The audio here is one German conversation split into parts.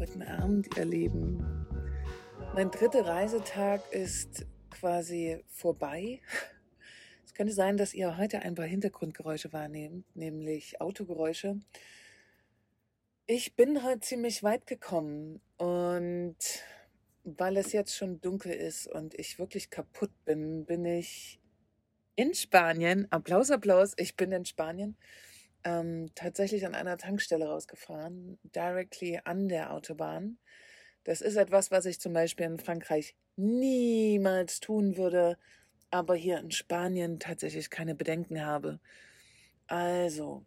Guten Abend, ihr Lieben. Mein dritter Reisetag ist quasi vorbei. Es könnte sein, dass ihr heute ein paar Hintergrundgeräusche wahrnehmt, nämlich Autogeräusche. Ich bin heute ziemlich weit gekommen und weil es jetzt schon dunkel ist und ich wirklich kaputt bin, bin ich in Spanien. Applaus, Applaus, ich bin in Spanien. Tatsächlich an einer Tankstelle rausgefahren, directly an der Autobahn. Das ist etwas, was ich zum Beispiel in Frankreich niemals tun würde, aber hier in Spanien tatsächlich keine Bedenken habe. Also,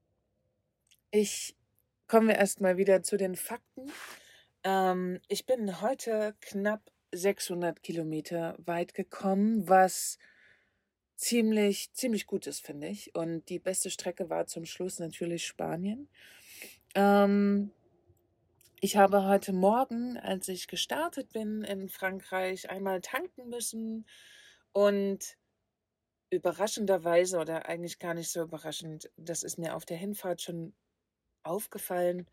kommen wir erstmal wieder zu den Fakten. Ich bin heute knapp 600 Kilometer weit gekommen, was ziemlich gut ist, finde ich. Und die beste Strecke war zum Schluss natürlich Spanien. Ähm, Ich habe heute Morgen, als ich gestartet bin in Frankreich, einmal tanken müssen und überraschenderweise oder eigentlich gar nicht so überraschend, das ist mir auf der Hinfahrt schon aufgefallen,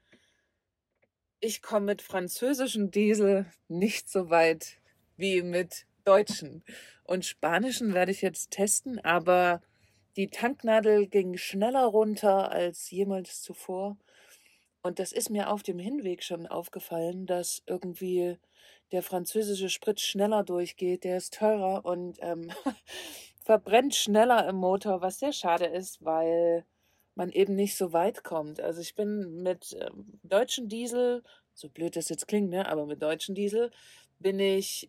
ich komme mit französischem Diesel nicht so weit wie mit deutschen. Und spanischen werde ich jetzt testen, aber die Tanknadel ging schneller runter als jemals zuvor. Und das ist mir auf dem Hinweg schon aufgefallen, dass irgendwie der französische Sprit schneller durchgeht, der ist teurer und verbrennt schneller im Motor, was sehr schade ist, weil man eben nicht so weit kommt. Also ich bin mit deutschen Diesel, so blöd das jetzt klingt, ne, aber mit deutschen Diesel bin ich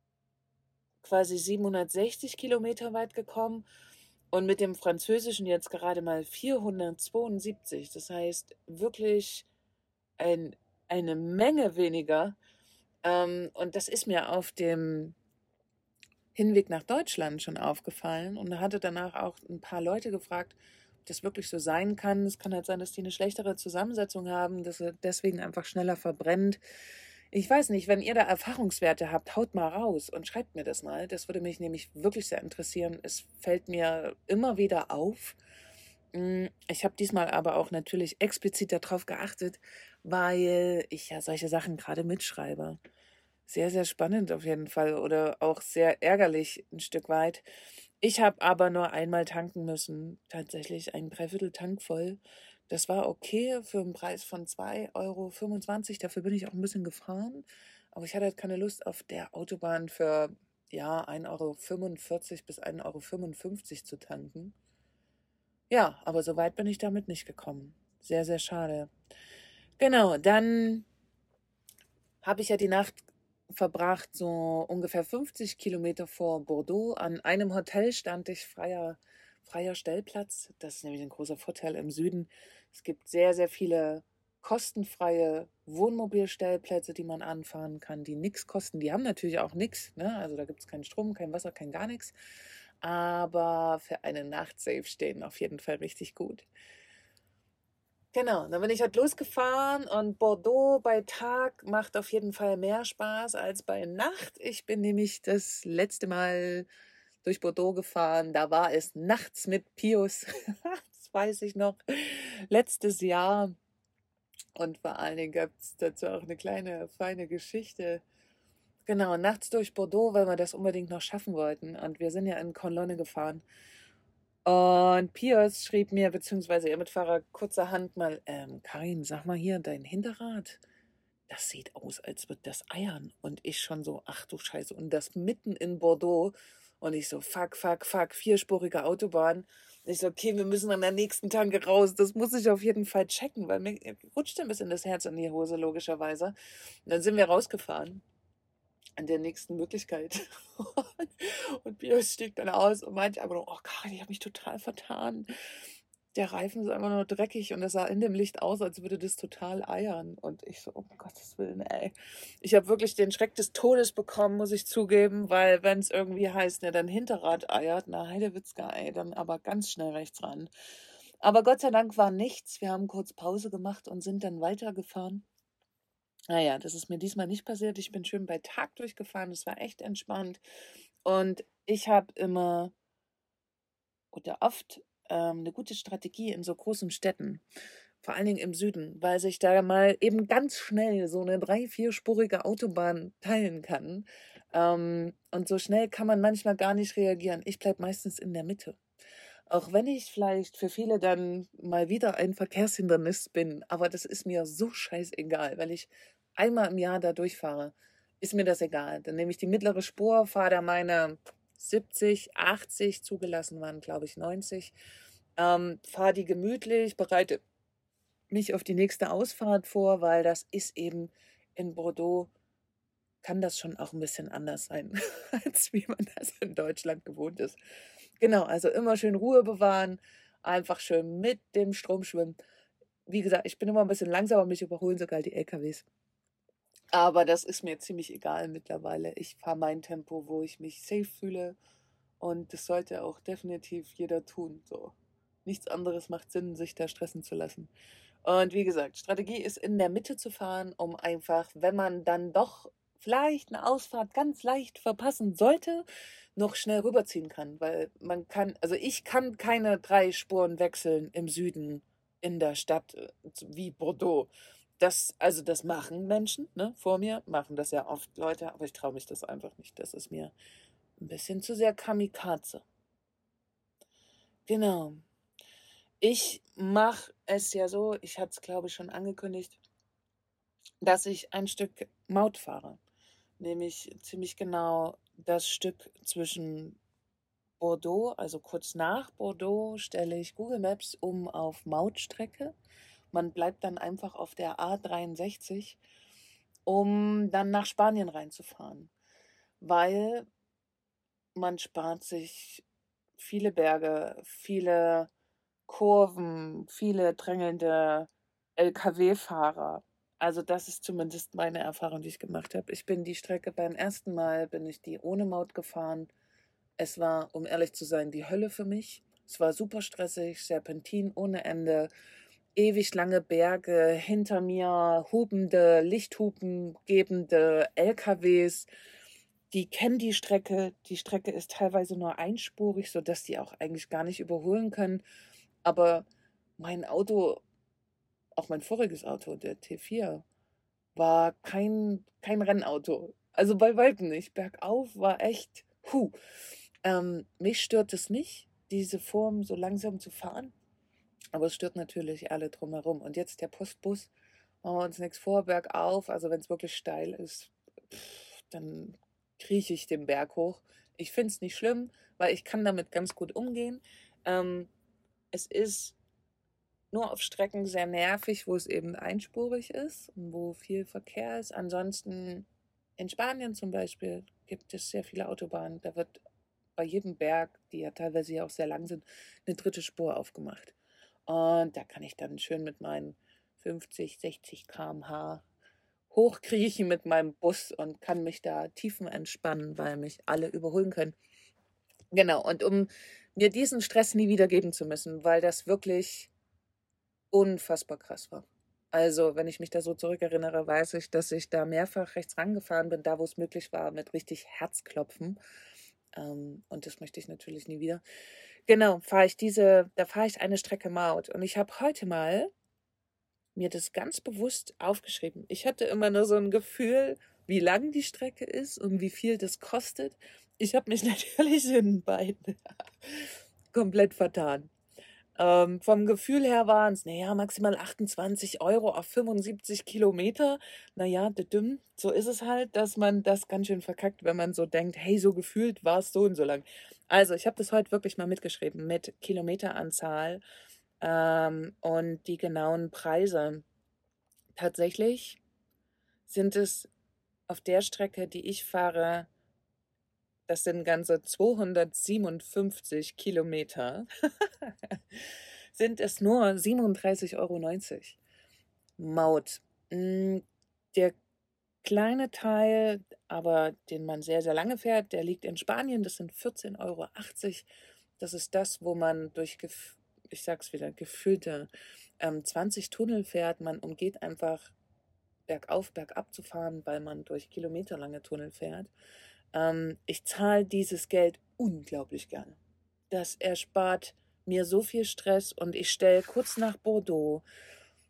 quasi 760 Kilometer weit gekommen und mit dem französischen jetzt gerade mal 472. Das heißt wirklich ein, eine Menge weniger. Und das ist mir auf dem Hinweg nach Deutschland schon aufgefallen und hatte danach auch ein paar Leute gefragt, ob das wirklich so sein kann. Es kann halt sein, dass die eine schlechtere Zusammensetzung haben, dass er deswegen einfach schneller verbrennt. Ich weiß nicht, wenn ihr da Erfahrungswerte habt, haut mal raus und schreibt mir das mal. Das würde mich nämlich wirklich sehr interessieren. Es fällt mir immer wieder auf. Ich habe diesmal aber auch natürlich explizit darauf geachtet, weil ich ja solche Sachen gerade mitschreibe. Sehr, sehr spannend auf jeden Fall oder auch sehr ärgerlich ein Stück weit. Ich habe aber nur einmal tanken müssen, tatsächlich ein Dreiviertel-Tank voll. Das war okay für einen Preis von 2,25 €. Dafür bin ich auch ein bisschen gefahren. Aber ich hatte halt keine Lust, auf der Autobahn für ja, 1,45 € bis 1,55 € zu tanken. Ja, aber so weit bin ich damit nicht gekommen. Sehr, sehr schade. Genau, dann habe ich ja die Nacht verbracht, so ungefähr 50 Kilometer vor Bordeaux. An einem Hotel stand ich, freier Stellplatz. Das ist nämlich ein großer Vorteil im Süden. Es gibt sehr, sehr viele kostenfreie Wohnmobilstellplätze, die man anfahren kann, die nichts kosten. Die haben natürlich auch nichts, ne? Also da gibt es keinen Strom, kein Wasser, kein gar nichts. Aber für eine Nacht safe stehen auf jeden Fall richtig gut. Genau, dann bin ich halt losgefahren und Bordeaux bei Tag macht auf jeden Fall mehr Spaß als bei Nacht. Ich bin nämlich das letzte Mal durch Bordeaux gefahren. Da war es nachts mit Pius. Das weiß ich noch. Letztes Jahr. Und vor allen Dingen gab es dazu auch eine kleine, feine Geschichte. Genau, nachts durch Bordeaux, weil wir das unbedingt noch schaffen wollten. Und wir sind ja in Kolonne gefahren. Und Piers schrieb mir, beziehungsweise ihr Mitfahrer, kurzerhand mal, Karin, sag mal hier, dein Hinterrad, das sieht aus, als würde das eiern. Und ich schon so, ach du Scheiße, und das mitten in Bordeaux. Und ich so, fuck, vierspurige Autobahn. Und ich so, okay, wir müssen an der nächsten Tanke raus. Das muss ich auf jeden Fall checken, weil mir rutscht ein bisschen das Herz in die Hose, logischerweise. Und dann sind wir rausgefahren an der nächsten Möglichkeit. Und Pius stieg dann aus und meinte aber nur, oh Karin, ich habe mich total vertan. Der Reifen ist einfach nur dreckig und es sah in dem Licht aus, als würde das total eiern. Und ich so, um Gottes Willen, ey. Ich habe wirklich den Schreck des Todes bekommen, muss ich zugeben, weil wenn es irgendwie heißt, ne, dein Hinterrad eiert, na Heidewitzka, ey, dann aber ganz schnell rechts ran. Aber Gott sei Dank war nichts. Wir haben kurz Pause gemacht und sind dann weitergefahren. Naja, das ist mir diesmal nicht passiert. Ich bin schön bei Tag durchgefahren. Es war echt entspannt. Und ich habe immer oder oft eine gute Strategie in so großen Städten. vor allen Dingen im Süden, weil sich da mal eben ganz schnell so eine 3-4-spurige Autobahn teilen kann. Und so schnell kann man manchmal gar nicht reagieren. Ich bleibe meistens in der Mitte. Auch wenn ich vielleicht für viele dann mal wieder ein Verkehrshindernis bin, aber das ist mir so scheißegal, weil ich einmal im Jahr da durchfahre, ist mir das egal. Dann nehme ich die mittlere Spur, fahre da meine 70, 80, zugelassen waren, glaube ich, 90, fahre die gemütlich, bereite mich auf die nächste Ausfahrt vor, weil das ist eben in Bordeaux, kann das schon auch ein bisschen anders sein, als wie man das in Deutschland gewohnt ist. Genau, also immer schön Ruhe bewahren, einfach schön mit dem Strom schwimmen. Wie gesagt, ich bin immer ein bisschen langsamer, mich überholen sogar die LKWs. Aber das ist mir ziemlich egal mittlerweile. Ich fahre mein Tempo, wo ich mich safe fühle. Und das sollte auch definitiv jeder tun. So. Nichts anderes macht Sinn, sich da stressen zu lassen. Und wie gesagt, Strategie ist in der Mitte zu fahren, um einfach, wenn man dann doch vielleicht eine Ausfahrt ganz leicht verpassen sollte, noch schnell rüberziehen kann. Weil man kann, also ich kann keine 3 Spuren wechseln im Süden in der Stadt wie Bordeaux. Das machen Menschen, ne, vor mir, machen das ja oft Leute, aber ich traue mich das einfach nicht. Das ist mir ein bisschen zu sehr Kamikaze. Genau. Ich mache es ja so, ich hatte es, glaube ich, schon angekündigt, dass ich ein Stück Maut fahre. Nämlich ziemlich genau das Stück zwischen Bordeaux, also kurz nach Bordeaux, stelle ich Google Maps um auf Mautstrecke. Man bleibt dann einfach auf der A63, um dann nach Spanien reinzufahren, weil man spart sich viele Berge, viele Kurven, viele drängelnde LKW-Fahrer. Also das ist zumindest meine Erfahrung, die ich gemacht habe. Ich bin die Strecke beim ersten Mal, bin ich die ohne Maut gefahren. Es war, um ehrlich zu sein, die Hölle für mich. Es war super stressig, Serpentin ohne Ende, ewig lange Berge, hinter mir hupende, Lichthupen gebende LKWs. Die kennen die Strecke. Die Strecke ist teilweise nur einspurig, sodass die auch eigentlich gar nicht überholen können. Aber mein Auto, auch mein voriges Auto, der T4, war kein Rennauto. Also bei weitem nicht. Bergauf war echt, mich stört es nicht, diese Form so langsam zu fahren. Aber es stört natürlich alle drumherum. Und jetzt der Postbus, machen wir uns nichts vor, bergauf. Also wenn es wirklich steil ist, dann krieche ich den Berg hoch. Ich finde es nicht schlimm, weil ich kann damit ganz gut umgehen. Es ist nur auf Strecken sehr nervig, wo es eben einspurig ist und wo viel Verkehr ist. Ansonsten in Spanien zum Beispiel gibt es sehr viele Autobahnen. Da wird bei jedem Berg, die ja teilweise ja auch sehr lang sind, eine dritte Spur aufgemacht. Und da kann ich dann schön mit meinen 50, 60 km/h hochkriechen mit meinem Bus und kann mich da tiefenentspannen, weil mich alle überholen können. Genau, und um mir diesen Stress nie wieder geben zu müssen, weil das wirklich unfassbar krass war. Also, wenn ich mich da so zurückerinnere, weiß ich, dass ich da mehrfach rechts rangefahren bin, da wo es möglich war, mit richtig Herzklopfen. Und das möchte ich natürlich nie wieder. Genau, da fahre ich eine Strecke Maut. Und ich habe heute mal mir das ganz bewusst aufgeschrieben. Ich hatte immer nur so ein Gefühl, wie lang die Strecke ist und wie viel das kostet. Ich habe mich natürlich in beiden komplett vertan. Vom Gefühl her waren es, naja, maximal 28 € auf 75 Kilometer. Naja, so ist es halt, dass man das ganz schön verkackt, wenn man so denkt, hey, so gefühlt war es so und so lang. Also, ich habe das heute wirklich mal mitgeschrieben mit Kilometeranzahl und die genauen Preise. Tatsächlich sind es auf der Strecke, die ich fahre, das sind ganze 257 Kilometer, sind es nur 37,90 € Maut. Der kleine Teil, aber den man sehr, sehr lange fährt, der liegt in Spanien, das sind 14,80 €. Das ist das, wo man durch, ich sag's wieder, gefüllte 20 Tunnel fährt. Man umgeht einfach bergauf, bergab zu fahren, weil man durch kilometerlange Tunnel fährt. Ich zahle dieses Geld unglaublich gerne. Das erspart mir so viel Stress und ich stelle kurz nach Bordeaux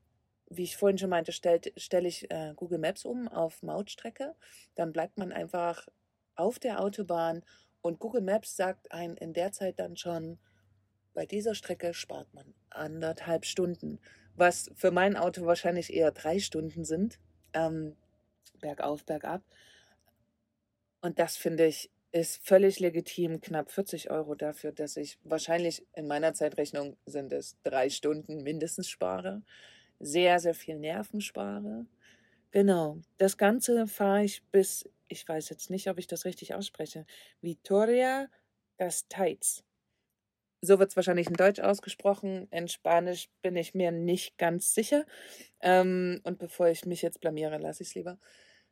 wie ich vorhin schon meinte, stelle ich Google Maps um auf Mautstrecke. Dann bleibt man einfach auf der Autobahn und Google Maps sagt einem in der Zeit dann schon, bei dieser Strecke spart man 1,5 Stunden, was für mein Auto wahrscheinlich eher 3 Stunden sind, ähm, bergauf, bergab. Und das finde ich ist völlig legitim, knapp 40 € dafür, dass ich wahrscheinlich in meiner Zeitrechnung sind es 3 Stunden mindestens spare, sehr, sehr viel Nerven spare. Genau, das Ganze fahre ich bis, ich weiß jetzt nicht, ob ich das richtig ausspreche, Vitoria-Gasteiz. So wird es wahrscheinlich in Deutsch ausgesprochen. In Spanisch bin ich mir nicht ganz sicher. Und bevor ich mich jetzt blamiere, lasse ich es lieber.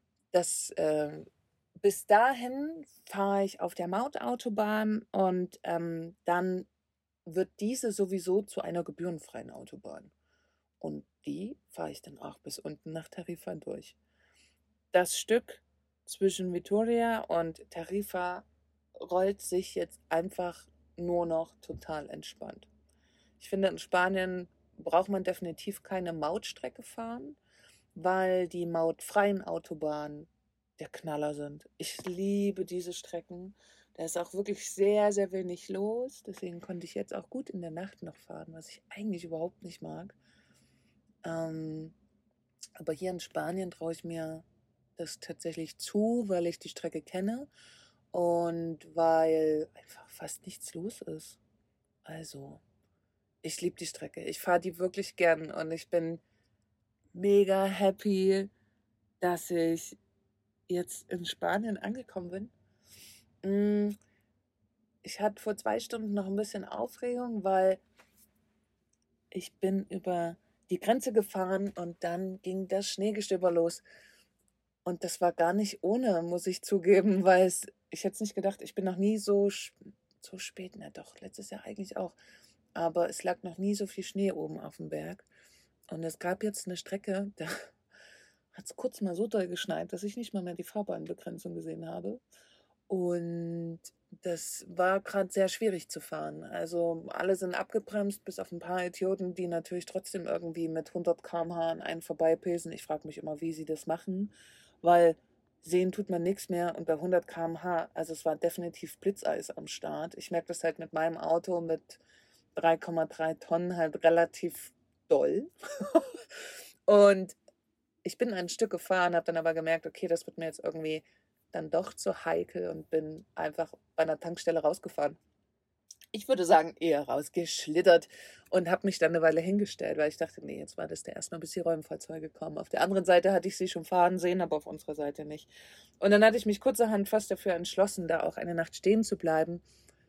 Bis dahin fahre ich auf der Mautautobahn und dann wird diese sowieso zu einer gebührenfreien Autobahn. Und die fahre ich dann auch bis unten nach Tarifa durch. Das Stück zwischen Vitoria und Tarifa rollt sich jetzt einfach nur noch total entspannt. Ich finde, in Spanien braucht man definitiv keine Mautstrecke fahren, weil die mautfreien Autobahnen der Knaller sind. Ich liebe diese Strecken. Da ist auch wirklich sehr, sehr wenig los. Deswegen konnte ich jetzt auch gut in der Nacht noch fahren, was ich eigentlich überhaupt nicht mag. Aber hier in Spanien traue ich mir das tatsächlich zu, weil ich die Strecke kenne und weil einfach fast nichts los ist. Also, ich liebe die Strecke. Ich fahre die wirklich gern und ich bin mega happy, dass ich jetzt in Spanien angekommen bin. Ich hatte vor 2 Stunden noch ein bisschen Aufregung, weil ich bin über die Grenze gefahren und dann ging das Schneegestöber los. Und das war gar nicht ohne, muss ich zugeben, weil ich hätte es nicht gedacht, ich bin noch nie so spät, na doch, letztes Jahr eigentlich auch. Aber es lag noch nie so viel Schnee oben auf dem Berg. Und es gab jetzt eine Strecke, da hat es kurz mal so doll geschneit, dass ich nicht mal mehr die Fahrbahnbegrenzung gesehen habe. Und das war gerade sehr schwierig zu fahren. Also alle sind abgebremst, bis auf ein paar Idioten, die natürlich trotzdem irgendwie mit 100 km/h an einen vorbeipesen. Ich frage mich immer, wie sie das machen, weil sehen tut man nichts mehr und bei 100 km/h, also es war definitiv Blitzeis am Start. Ich merke das halt mit meinem Auto mit 3,3 Tonnen halt relativ doll. Und ich bin ein Stück gefahren, habe dann aber gemerkt, okay, das wird mir jetzt irgendwie dann doch zu heikel und bin einfach bei einer Tankstelle rausgefahren. Ich würde sagen, eher rausgeschlittert und habe mich dann eine Weile hingestellt, weil ich dachte, nee, jetzt wartest du erstmal, bis die Räumfahrzeuge kommen. Auf der anderen Seite hatte ich sie schon fahren sehen, aber auf unserer Seite nicht. Und dann hatte ich mich kurzerhand fast dafür entschlossen, da auch eine Nacht stehen zu bleiben.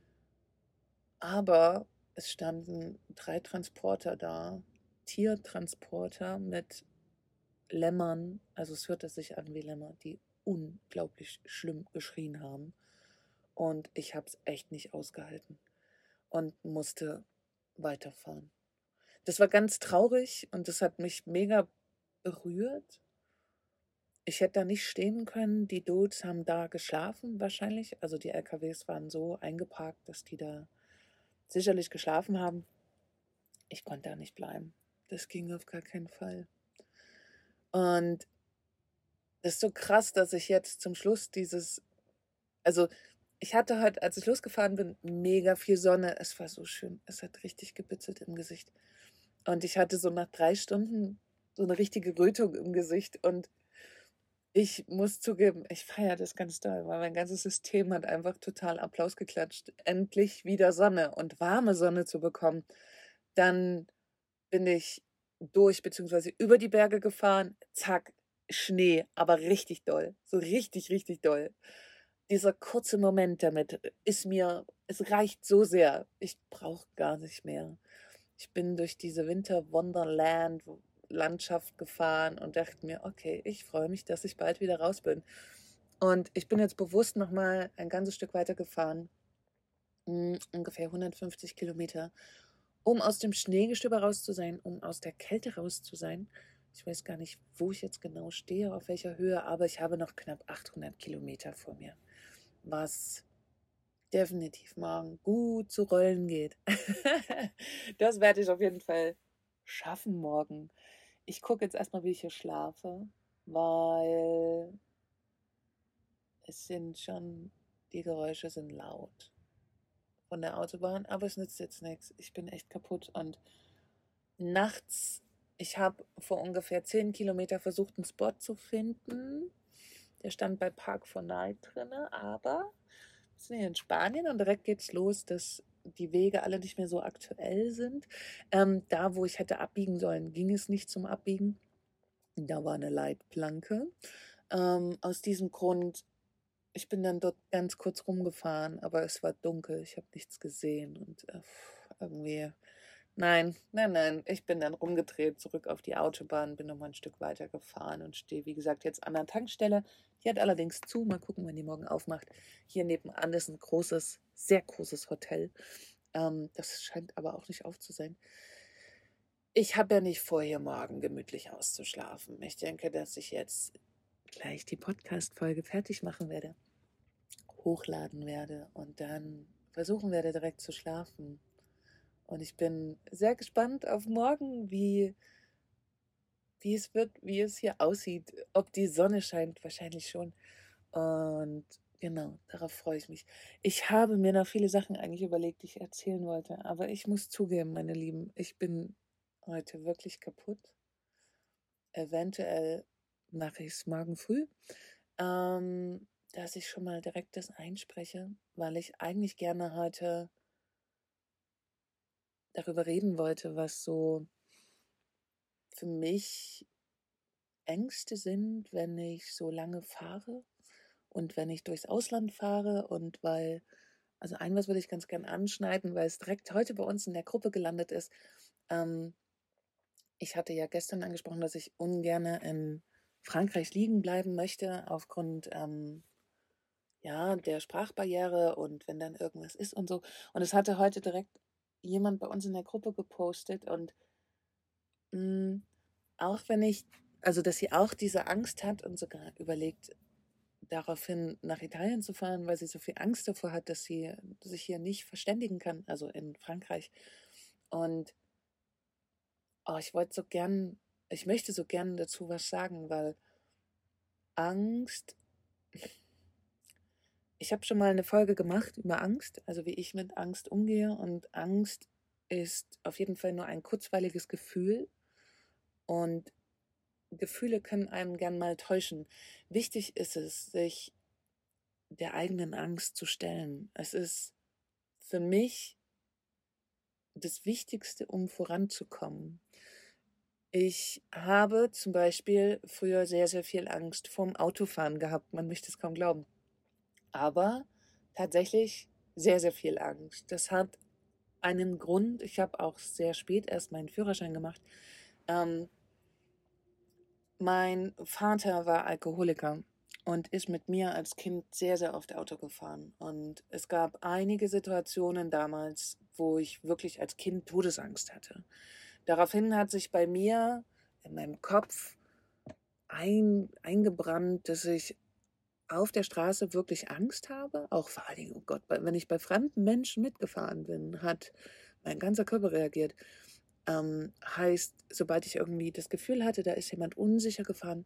Aber es standen 3 Transporter da, Tiertransporter mit Lämmern, also es hörte sich an wie Lämmer, die unglaublich schlimm geschrien haben. Und ich habe es echt nicht ausgehalten und musste weiterfahren. Das war ganz traurig und das hat mich mega berührt. Ich hätte da nicht stehen können. Die Dudes haben da geschlafen wahrscheinlich. Also die LKWs waren so eingeparkt, dass die da sicherlich geschlafen haben. Ich konnte da nicht bleiben. Das ging auf gar keinen Fall. Und das ist so krass, dass ich jetzt zum Schluss also ich hatte heute, als ich losgefahren bin, mega viel Sonne. Es war so schön. Es hat richtig gebitzelt im Gesicht. Und ich hatte so nach 3 Stunden so eine richtige Rötung im Gesicht. Und ich muss zugeben, ich feiere das ganz doll, weil mein ganzes System hat einfach total Applaus geklatscht. Endlich wieder Sonne und warme Sonne zu bekommen. Dann bin ich durch beziehungsweise über die Berge gefahren. Zack, Schnee, aber richtig doll. So richtig, richtig doll. Dieser kurze Moment damit es reicht so sehr. Ich brauche gar nicht mehr. Ich bin durch diese Winter-Wonderland-Landschaft gefahren und dachte mir, okay, ich freue mich, dass ich bald wieder raus bin. Und ich bin jetzt bewusst nochmal ein ganzes Stück weiter gefahren, ungefähr 150 Kilometer, um aus dem Schneegestöber raus zu sein, um aus der Kälte raus zu sein. Ich weiß gar nicht, wo ich jetzt genau stehe, auf welcher Höhe, aber ich habe noch knapp 800 Kilometer vor mir, was definitiv morgen gut zu rollen geht. Das werde ich auf jeden Fall schaffen morgen. Ich gucke jetzt erstmal, wie ich hier schlafe, weil die Geräusche sind laut von der Autobahn, aber es nützt jetzt nichts. Ich bin echt kaputt und nachts, ich habe vor ungefähr 10 Kilometer versucht, einen Spot zu finden. Der stand bei Park 4 Night drin, aber wir sind hier in Spanien und direkt geht's los, dass die Wege alle nicht mehr so aktuell sind. Da, wo ich hätte abbiegen sollen, ging es nicht zum Abbiegen. Da war eine Leitplanke. Aus diesem Grund, ich bin dann dort ganz kurz rumgefahren, aber es war dunkel, ich habe nichts gesehen und irgendwie, nein, ich bin dann rumgedreht, zurück auf die Autobahn, bin nochmal ein Stück weiter gefahren und stehe, wie gesagt, jetzt an der Tankstelle. Die hat allerdings zu, mal gucken, wann die morgen aufmacht. Hier nebenan ist ein großes, sehr großes Hotel. Das scheint aber auch nicht auf zu sein. Ich habe ja nicht vor, hier morgen gemütlich auszuschlafen. Ich denke, dass ich jetzt gleich die Podcast-Folge fertig machen werde, hochladen werde und dann versuchen werde, direkt zu schlafen. Und ich bin sehr gespannt auf morgen, wie es wird, wie es hier aussieht, ob die Sonne scheint, wahrscheinlich schon. Und genau, darauf freue ich mich. Ich habe mir noch viele Sachen eigentlich überlegt, die ich erzählen wollte, aber ich muss zugeben, meine Lieben, ich bin heute wirklich kaputt. Eventuell mache ich es morgen früh, dass ich schon mal direkt das einspreche, weil ich eigentlich gerne heute darüber reden wollte, was so für mich Ängste sind, wenn ich so lange fahre und wenn ich durchs Ausland fahre und also was würde ich ganz gern anschneiden, weil es direkt heute bei uns in der Gruppe gelandet ist. Ähm, Ich hatte ja gestern angesprochen, dass ich ungern in Frankreich liegen bleiben möchte, aufgrund ja, der Sprachbarriere und wenn dann irgendwas ist und so. Und es hatte heute direkt jemand bei uns in der Gruppe gepostet und mh, auch wenn also dass sie auch diese Angst hat und sogar überlegt, daraufhin nach Italien zu fahren, weil sie so viel Angst davor hat, dass sie sich hier nicht verständigen kann, also in Frankreich. Und oh, ich möchte so gern dazu was sagen, weil Angst, ich habe schon mal eine Folge gemacht über Angst, also wie ich mit Angst umgehe. Und Angst ist auf jeden Fall nur ein kurzweiliges Gefühl. Und Gefühle können einen gern mal täuschen. Wichtig ist es, sich der eigenen Angst zu stellen. Es ist für mich das Wichtigste, um voranzukommen. Ich habe zum Beispiel früher sehr, sehr viel Angst vorm Autofahren gehabt. Man möchte es kaum glauben. Aber tatsächlich sehr, sehr viel Angst. Das hat einen Grund. Ich habe auch sehr spät erst meinen Führerschein gemacht. Ähm, Mein Vater war Alkoholiker und ist mit mir als Kind sehr, sehr oft Auto gefahren. Und es gab einige Situationen damals, wo ich wirklich als Kind Todesangst hatte. Daraufhin hat sich bei mir in meinem Kopf eingebrannt, dass ich auf der Straße wirklich Angst habe. Auch vor allen Dingen, oh Gott, wenn ich bei fremden Menschen mitgefahren bin, hat mein ganzer Körper reagiert. Heißt, sobald ich irgendwie das Gefühl hatte, da ist jemand unsicher gefahren,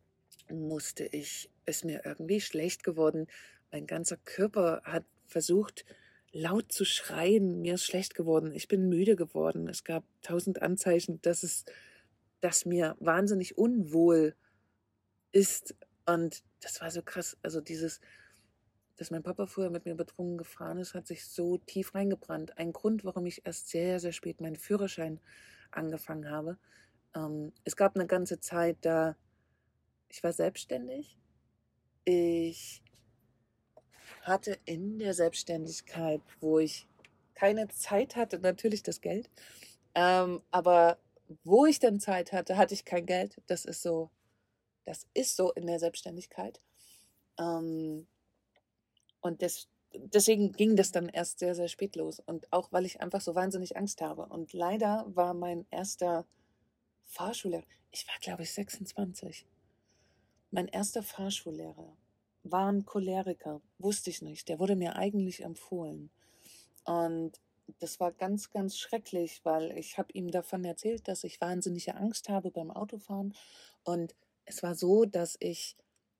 ist mir irgendwie schlecht geworden. Mein ganzer Körper hat versucht, laut zu schreien. Mir ist schlecht geworden. Ich bin müde geworden. Es gab 1000 Anzeichen, dass mir wahnsinnig unwohl ist. Und das war so krass. Also dass mein Papa früher mit mir betrunken gefahren ist, hat sich so tief reingebrannt. Ein Grund, warum ich erst sehr, sehr spät meinen Führerschein angefangen habe. Es gab eine ganze Zeit, ich war selbstständig. Ich hatte in der Selbstständigkeit, wo ich keine Zeit hatte, natürlich das Geld, aber wo ich dann Zeit hatte, hatte ich kein Geld. Das ist so in der Selbstständigkeit. Ähm, und deswegen ging das dann erst sehr, sehr spät los. Und auch, weil ich einfach so wahnsinnig Angst habe. Und leider war mein erster Fahrschullehrer, ich war, glaube ich, 26. Mein erster Fahrschullehrer war ein Choleriker, wusste ich nicht. Der wurde mir eigentlich empfohlen. Und das war ganz, ganz schrecklich, weil ich habe ihm davon erzählt, dass ich wahnsinnige Angst habe beim Autofahren. Und es war so, dass ich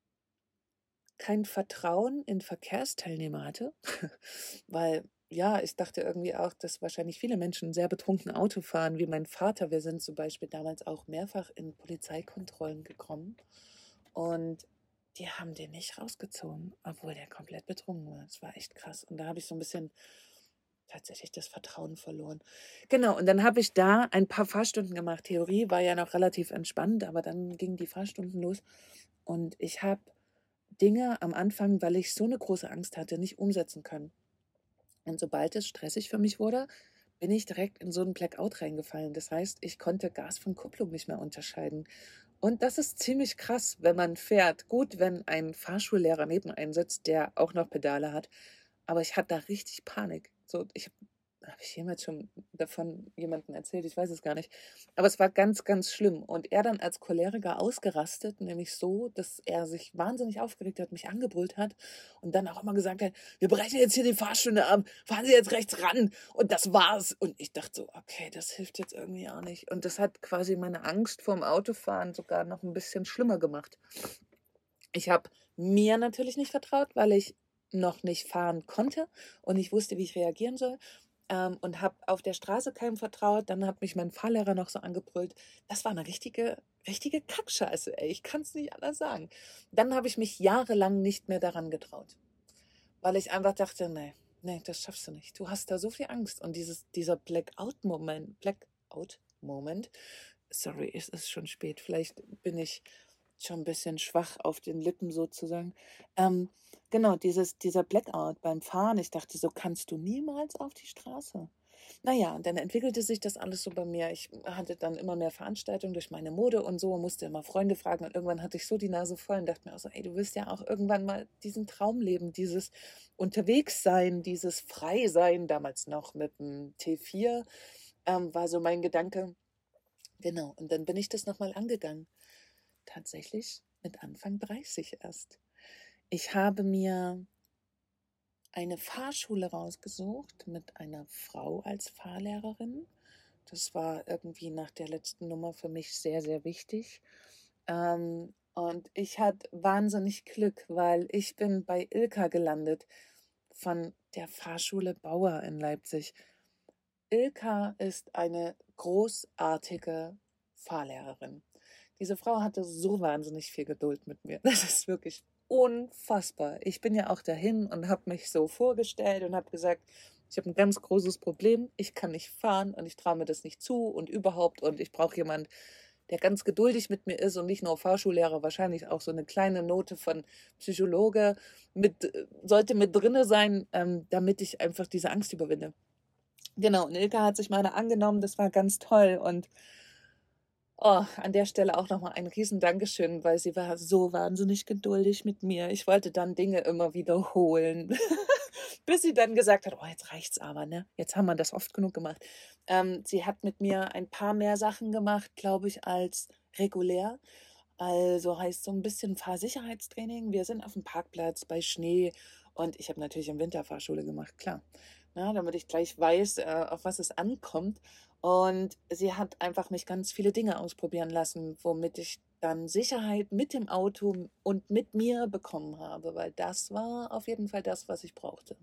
kein Vertrauen in Verkehrsteilnehmer hatte, weil ja, ich dachte irgendwie auch, dass wahrscheinlich viele Menschen sehr betrunken Auto fahren, wie mein Vater. Wir sind zum Beispiel damals auch mehrfach in Polizeikontrollen gekommen und die haben den nicht rausgezogen, obwohl der komplett betrunken war. Das war echt krass. Und da habe ich so ein bisschen tatsächlich das Vertrauen verloren. Genau, und dann habe ich da ein paar Fahrstunden gemacht. Theorie war ja noch relativ entspannt, aber dann gingen die Fahrstunden los und ich habe Dinge am Anfang, weil ich so eine große Angst hatte, nicht umsetzen können. Und sobald es stressig für mich wurde, bin ich direkt in so 'n Blackout reingefallen. Das heißt, ich konnte Gas von Kupplung nicht mehr unterscheiden. Und das ist ziemlich krass, wenn man fährt. Gut, wenn ein Fahrschullehrer neben einem sitzt, der auch noch Pedale hat, aber ich hatte da richtig Panik. So, habe ich jemals schon davon jemandem erzählt? Ich weiß es gar nicht. Aber es war ganz, ganz schlimm. Und er dann als Choleriker ausgerastet, nämlich so, dass er sich wahnsinnig aufgeregt hat, mich angebrüllt hat und dann auch immer gesagt hat: „Wir brechen jetzt hier die Fahrstunde ab. Fahren Sie jetzt rechts ran und das war's.“ Und ich dachte so: „Okay, das hilft jetzt irgendwie auch nicht.“ Und das hat quasi meine Angst vorm Autofahren sogar noch ein bisschen schlimmer gemacht. Ich habe mir natürlich nicht vertraut, weil ich noch nicht fahren konnte und nicht wusste, wie ich reagieren soll, und habe auf der Straße keinem vertraut. Dann hat mich mein Fahrlehrer noch so angebrüllt. Das war eine richtige Kackscheiße, ey. Ich kann's nicht anders sagen. Dann habe ich mich jahrelang nicht mehr daran getraut, weil ich einfach dachte: „Ne, das schaffst du nicht. Du hast da so viel Angst.“ Und dieser Blackout-Moment, sorry, es ist schon spät. Vielleicht bin ich schon ein bisschen schwach auf den Lippen sozusagen. Ähm, genau, dieser Blackout beim Fahren, ich dachte, so kannst du niemals auf die Straße. Na ja, und dann entwickelte sich das alles so bei mir. Ich hatte dann immer mehr Veranstaltungen durch meine Mode und so, musste immer Freunde fragen und irgendwann hatte ich so die Nase voll und dachte mir auch so: „Ey, du willst ja auch irgendwann mal diesen Traum leben, dieses Unterwegssein, dieses Frei-Sein“, damals noch mit dem T4, war so mein Gedanke. Genau, und dann bin ich das noch mal angegangen. Tatsächlich mit Anfang 30 erst. Ich habe mir eine Fahrschule rausgesucht mit einer Frau als Fahrlehrerin. Das war irgendwie nach der letzten Nummer für mich sehr, sehr wichtig. Und ich hatte wahnsinnig Glück, weil ich bin bei Ilka gelandet von der Fahrschule Bauer in Leipzig. Ilka ist eine großartige Fahrlehrerin. Diese Frau hatte so wahnsinnig viel Geduld mit mir. Das ist wirklich unfassbar. Ich bin ja auch dahin und habe mich so vorgestellt und habe gesagt, ich habe ein ganz großes Problem. Ich kann nicht fahren und ich traue mir das nicht zu und überhaupt. Und ich brauche jemand, der ganz geduldig mit mir ist und nicht nur Fahrschullehrer, wahrscheinlich auch so eine kleine Note von Psychologe sollte mit drinne sein, damit ich einfach diese Angst überwinde. Genau, und Ilka hat sich meiner angenommen, das war ganz toll und oh, an der Stelle auch noch mal ein riesen Dankeschön, weil sie war so wahnsinnig geduldig mit mir. Ich wollte dann Dinge immer wiederholen, bis sie dann gesagt hat: „Oh, jetzt reicht's aber, ne? Jetzt haben wir das oft genug gemacht.“ Sie hat mit mir ein paar mehr Sachen gemacht, glaube ich, als regulär. Also, heißt so ein bisschen Fahrsicherheitstraining. Wir sind auf dem Parkplatz bei Schnee und ich habe natürlich im Winter Fahrschule gemacht, klar, ne, damit ich gleich weiß, auf was es ankommt. Und sie hat einfach mich ganz viele Dinge ausprobieren lassen, womit ich dann Sicherheit mit dem Auto und mit mir bekommen habe, weil das war auf jeden Fall das, was ich brauchte.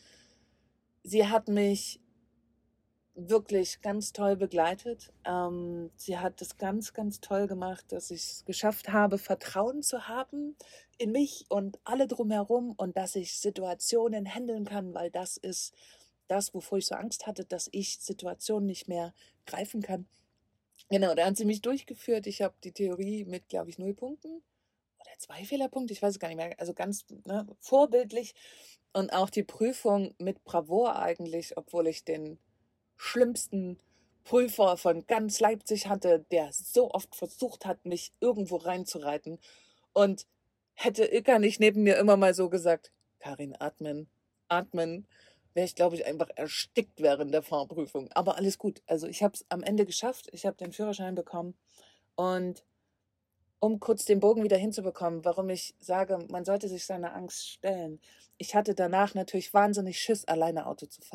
Sie hat mich wirklich ganz toll begleitet. Sie hat es ganz, ganz toll gemacht, dass ich es geschafft habe, Vertrauen zu haben in mich und alle drumherum und dass ich Situationen handeln kann, weil das ist das, wovor ich so Angst hatte, dass ich Situationen nicht mehr greifen kann. Genau, da hat sie mich durchgeführt. Ich habe die Theorie mit, glaube ich, 0 Punkten oder 2 Fehlerpunkte, ich weiß es gar nicht mehr. Also ganz, ne, vorbildlich und auch die Prüfung mit Bravour eigentlich, obwohl ich den schlimmsten Prüfer von ganz Leipzig hatte, der so oft versucht hat, mich irgendwo reinzureiten. Und hätte Ilka nicht neben mir immer mal so gesagt: „Karin, atmen, atmen“, wäre ich, glaube ich, einfach erstickt während der Fahrprüfung. Aber alles gut. Also ich habe es am Ende geschafft. Ich habe den Führerschein bekommen. Und um kurz den Bogen wieder hinzubekommen, warum ich sage, man sollte sich seiner Angst stellen. Ich hatte danach natürlich wahnsinnig Schiss, alleine Auto zu fahren.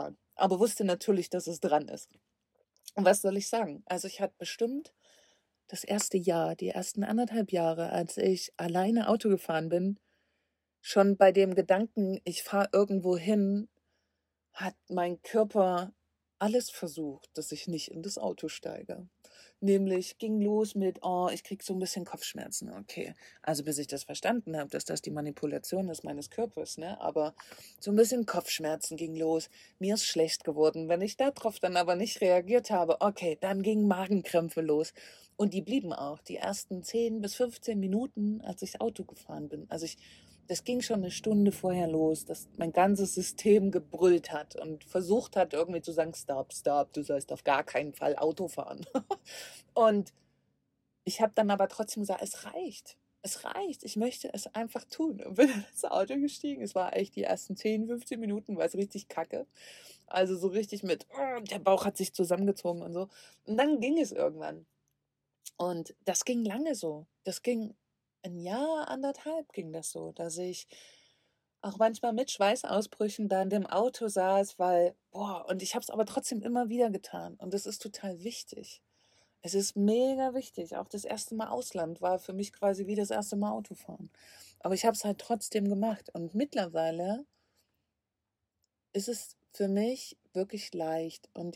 aber wusste natürlich, dass es dran ist. Und was soll ich sagen? Also ich hatte bestimmt das erste Jahr, die ersten 1,5 Jahre, als ich alleine Auto gefahren bin, schon bei dem Gedanken, ich fahre irgendwo hin, hat mein Körper alles versucht, dass ich nicht in das Auto steige. Nämlich ging los mit, oh, ich krieg so ein bisschen Kopfschmerzen. Okay, also bis ich das verstanden habe, dass das die Manipulation ist meines Körpers, ne? Aber so ein bisschen Kopfschmerzen ging los. Mir ist schlecht geworden. Wenn ich darauf dann aber nicht reagiert habe, okay, dann gingen Magenkrämpfe los. Und die blieben auch die ersten 10 bis 15 Minuten, als ich Auto gefahren bin. Das ging schon eine Stunde vorher los, dass mein ganzes System gebrüllt hat und versucht hat, irgendwie zu sagen: „Stop, stop, du sollst auf gar keinen Fall Auto fahren." Und ich habe dann aber trotzdem gesagt: „Es reicht. Es reicht. Ich möchte es einfach tun." Und bin in das Auto gestiegen. Es war echt die ersten 10, 15 Minuten war's richtig kacke. Also, so richtig mit der Bauch hat sich zusammengezogen und so. Und dann ging es irgendwann. Und das ging lange so. Das ging ein Jahr, 1,5 ging das so, dass ich auch manchmal mit Schweißausbrüchen da in dem Auto saß, weil und ich habe es aber trotzdem immer wieder getan und das ist total wichtig. Es ist mega wichtig. Auch das erste Mal Ausland war für mich quasi wie das erste Mal Autofahren. Aber ich habe es halt trotzdem gemacht und mittlerweile ist es für mich wirklich leicht und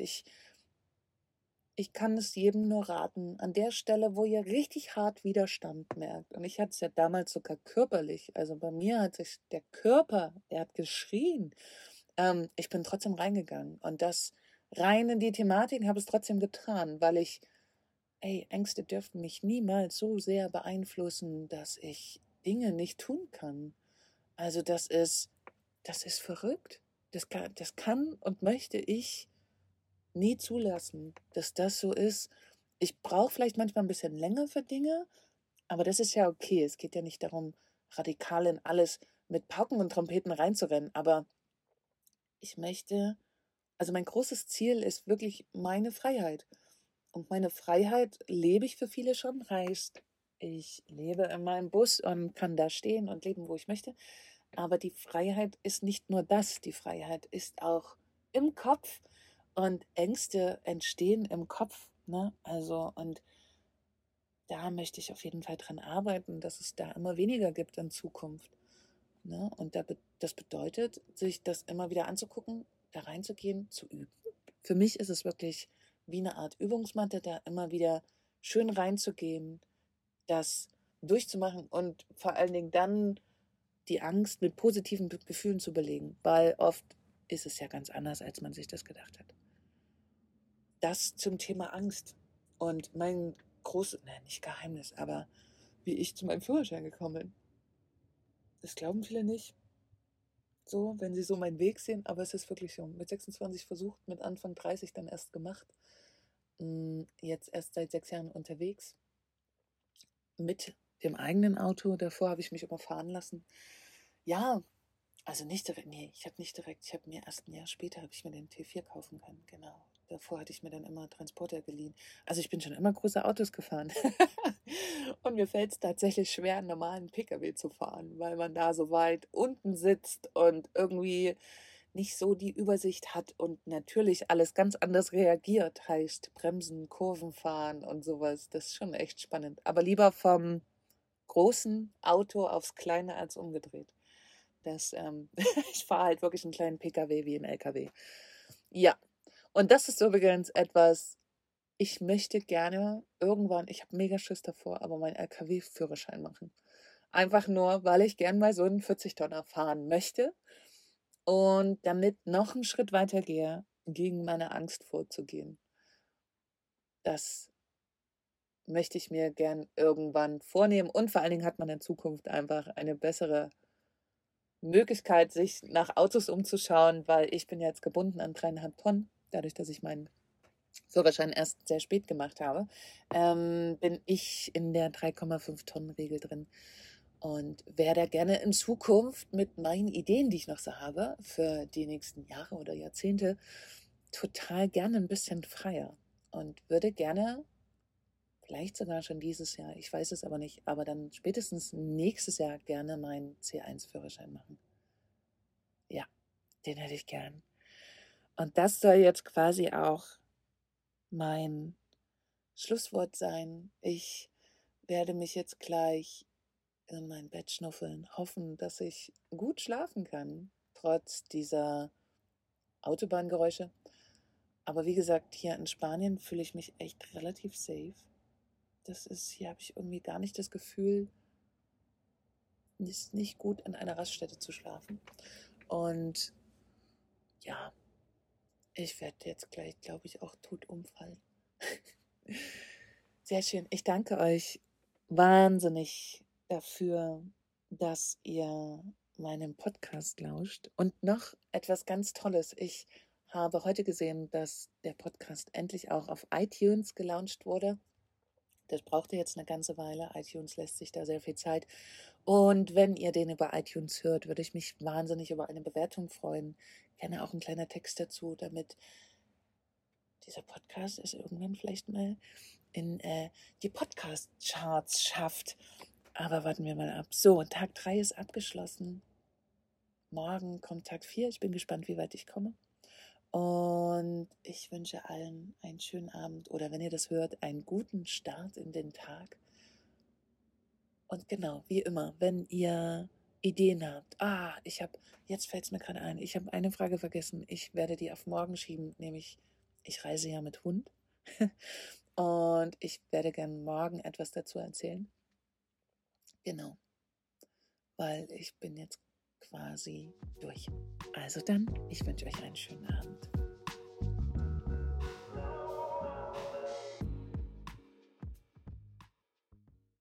ich kann es jedem nur raten, an der Stelle, wo ihr richtig hart Widerstand merkt. Und ich hatte es ja damals sogar körperlich. Also bei mir hat sich der Körper, der hat geschrien. Ich bin trotzdem reingegangen. Und das rein in die Thematik habe es trotzdem getan, weil Ängste dürfen mich niemals so sehr beeinflussen, dass ich Dinge nicht tun kann. Also das ist verrückt. Das kann und möchte ich nie zulassen, dass das so ist. Ich brauche vielleicht manchmal ein bisschen länger für Dinge, aber das ist ja okay. Es geht ja nicht darum, radikal in alles mit Pauken und Trompeten reinzurennen, aber ich möchte also, mein großes Ziel ist wirklich meine Freiheit. Und meine Freiheit lebe ich für viele schon, heißt, ich lebe in meinem Bus und kann da stehen und leben, wo ich möchte. Aber die Freiheit ist nicht nur das, die Freiheit ist auch im Kopf und Ängste entstehen im Kopf, ne? Also, und da möchte ich auf jeden Fall dran arbeiten, dass es da immer weniger gibt in Zukunft, ne? Und das bedeutet, sich das immer wieder anzugucken, da reinzugehen, zu üben. Für mich ist es wirklich wie eine Art Übungsmatte, da immer wieder schön reinzugehen, das durchzumachen und vor allen Dingen dann die Angst mit positiven Gefühlen zu belegen, weil oft ist es ja ganz anders, als man sich das gedacht hat. Das zum Thema Angst. Und mein großes, nein, nicht Geheimnis, aber wie ich zu meinem Führerschein gekommen bin. Das glauben viele nicht, so, wenn sie so meinen Weg sehen, aber es ist wirklich so. Mit 26 versucht, mit Anfang 30 dann erst gemacht. Jetzt erst seit 6 Jahren unterwegs mit dem eigenen Auto. Davor habe ich mich überfahren lassen. Ja, also nicht direkt, nee, ich habe nicht direkt, ich habe mir erst ein Jahr später habe ich mir den T4 kaufen können, genau. Davor hatte ich mir dann immer Transporter geliehen. Also ich bin schon immer große Autos gefahren. Und mir fällt es tatsächlich schwer, einen normalen Pkw zu fahren, weil man da so weit unten sitzt und irgendwie nicht so die Übersicht hat und natürlich alles ganz anders reagiert, heißt Bremsen, Kurven fahren und sowas. Das ist schon echt spannend. Aber lieber vom großen Auto aufs kleine als umgedreht. Ich fahre halt wirklich einen kleinen Pkw wie ein LKW. Ja, und das ist übrigens etwas, ich möchte gerne irgendwann, ich habe mega Schiss davor, aber meinen LKW-Führerschein machen. Einfach nur, weil ich gern mal so einen 40-Tonner fahren möchte und damit noch einen Schritt weiter gehe, gegen meine Angst vorzugehen. Das möchte ich mir gern irgendwann vornehmen und vor allen Dingen hat man in Zukunft einfach eine bessere Möglichkeit, sich nach Autos umzuschauen, weil ich bin jetzt gebunden an 3,5 Tonnen, dadurch, dass ich meinen Führerschein erst sehr spät gemacht habe, bin ich in der 3,5 Tonnen Regel drin und wäre da gerne in Zukunft mit meinen Ideen, die ich noch so habe, für die nächsten Jahre oder Jahrzehnte, total gerne ein bisschen freier und würde gerne, vielleicht sogar schon dieses Jahr, ich weiß es aber nicht, aber dann spätestens nächstes Jahr gerne meinen C1-Führerschein machen. Ja, den hätte ich gern. Und das soll jetzt quasi auch mein Schlusswort sein. Ich werde mich jetzt gleich in mein Bett schnuffeln, hoffen, dass ich gut schlafen kann, trotz dieser Autobahngeräusche. Aber wie gesagt, hier in Spanien fühle ich mich echt relativ safe. Hier habe ich irgendwie gar nicht das Gefühl, es ist nicht gut, in einer Raststätte zu schlafen. Und ja, ich werde jetzt gleich, glaube ich, auch tot umfallen. Sehr schön. Ich danke euch wahnsinnig dafür, dass ihr meinem Podcast lauscht. Und noch etwas ganz Tolles. Ich habe heute gesehen, dass der Podcast endlich auch auf iTunes gelauncht wurde. Das brauchte jetzt eine ganze Weile. iTunes lässt sich da sehr viel Zeit. Und wenn ihr den über iTunes hört, würde ich mich wahnsinnig über eine Bewertung freuen. Gerne auch ein kleiner Text dazu, damit dieser Podcast es irgendwann vielleicht mal in die Podcast-Charts schafft. Aber warten wir mal ab. So, Tag 3 ist abgeschlossen. Morgen kommt Tag 4. Ich bin gespannt, wie weit ich komme. Und ich wünsche allen einen schönen Abend oder wenn ihr das hört, einen guten Start in den Tag. Und genau, wie immer, wenn ihr Ideen habt. Jetzt fällt es mir gerade ein, ich habe eine Frage vergessen. Ich werde die auf morgen schieben, nämlich ich reise ja mit Hund. Und ich werde gerne morgen etwas dazu erzählen. Genau, weil ich bin jetzt quasi durch. Also dann, ich wünsche euch einen schönen Abend.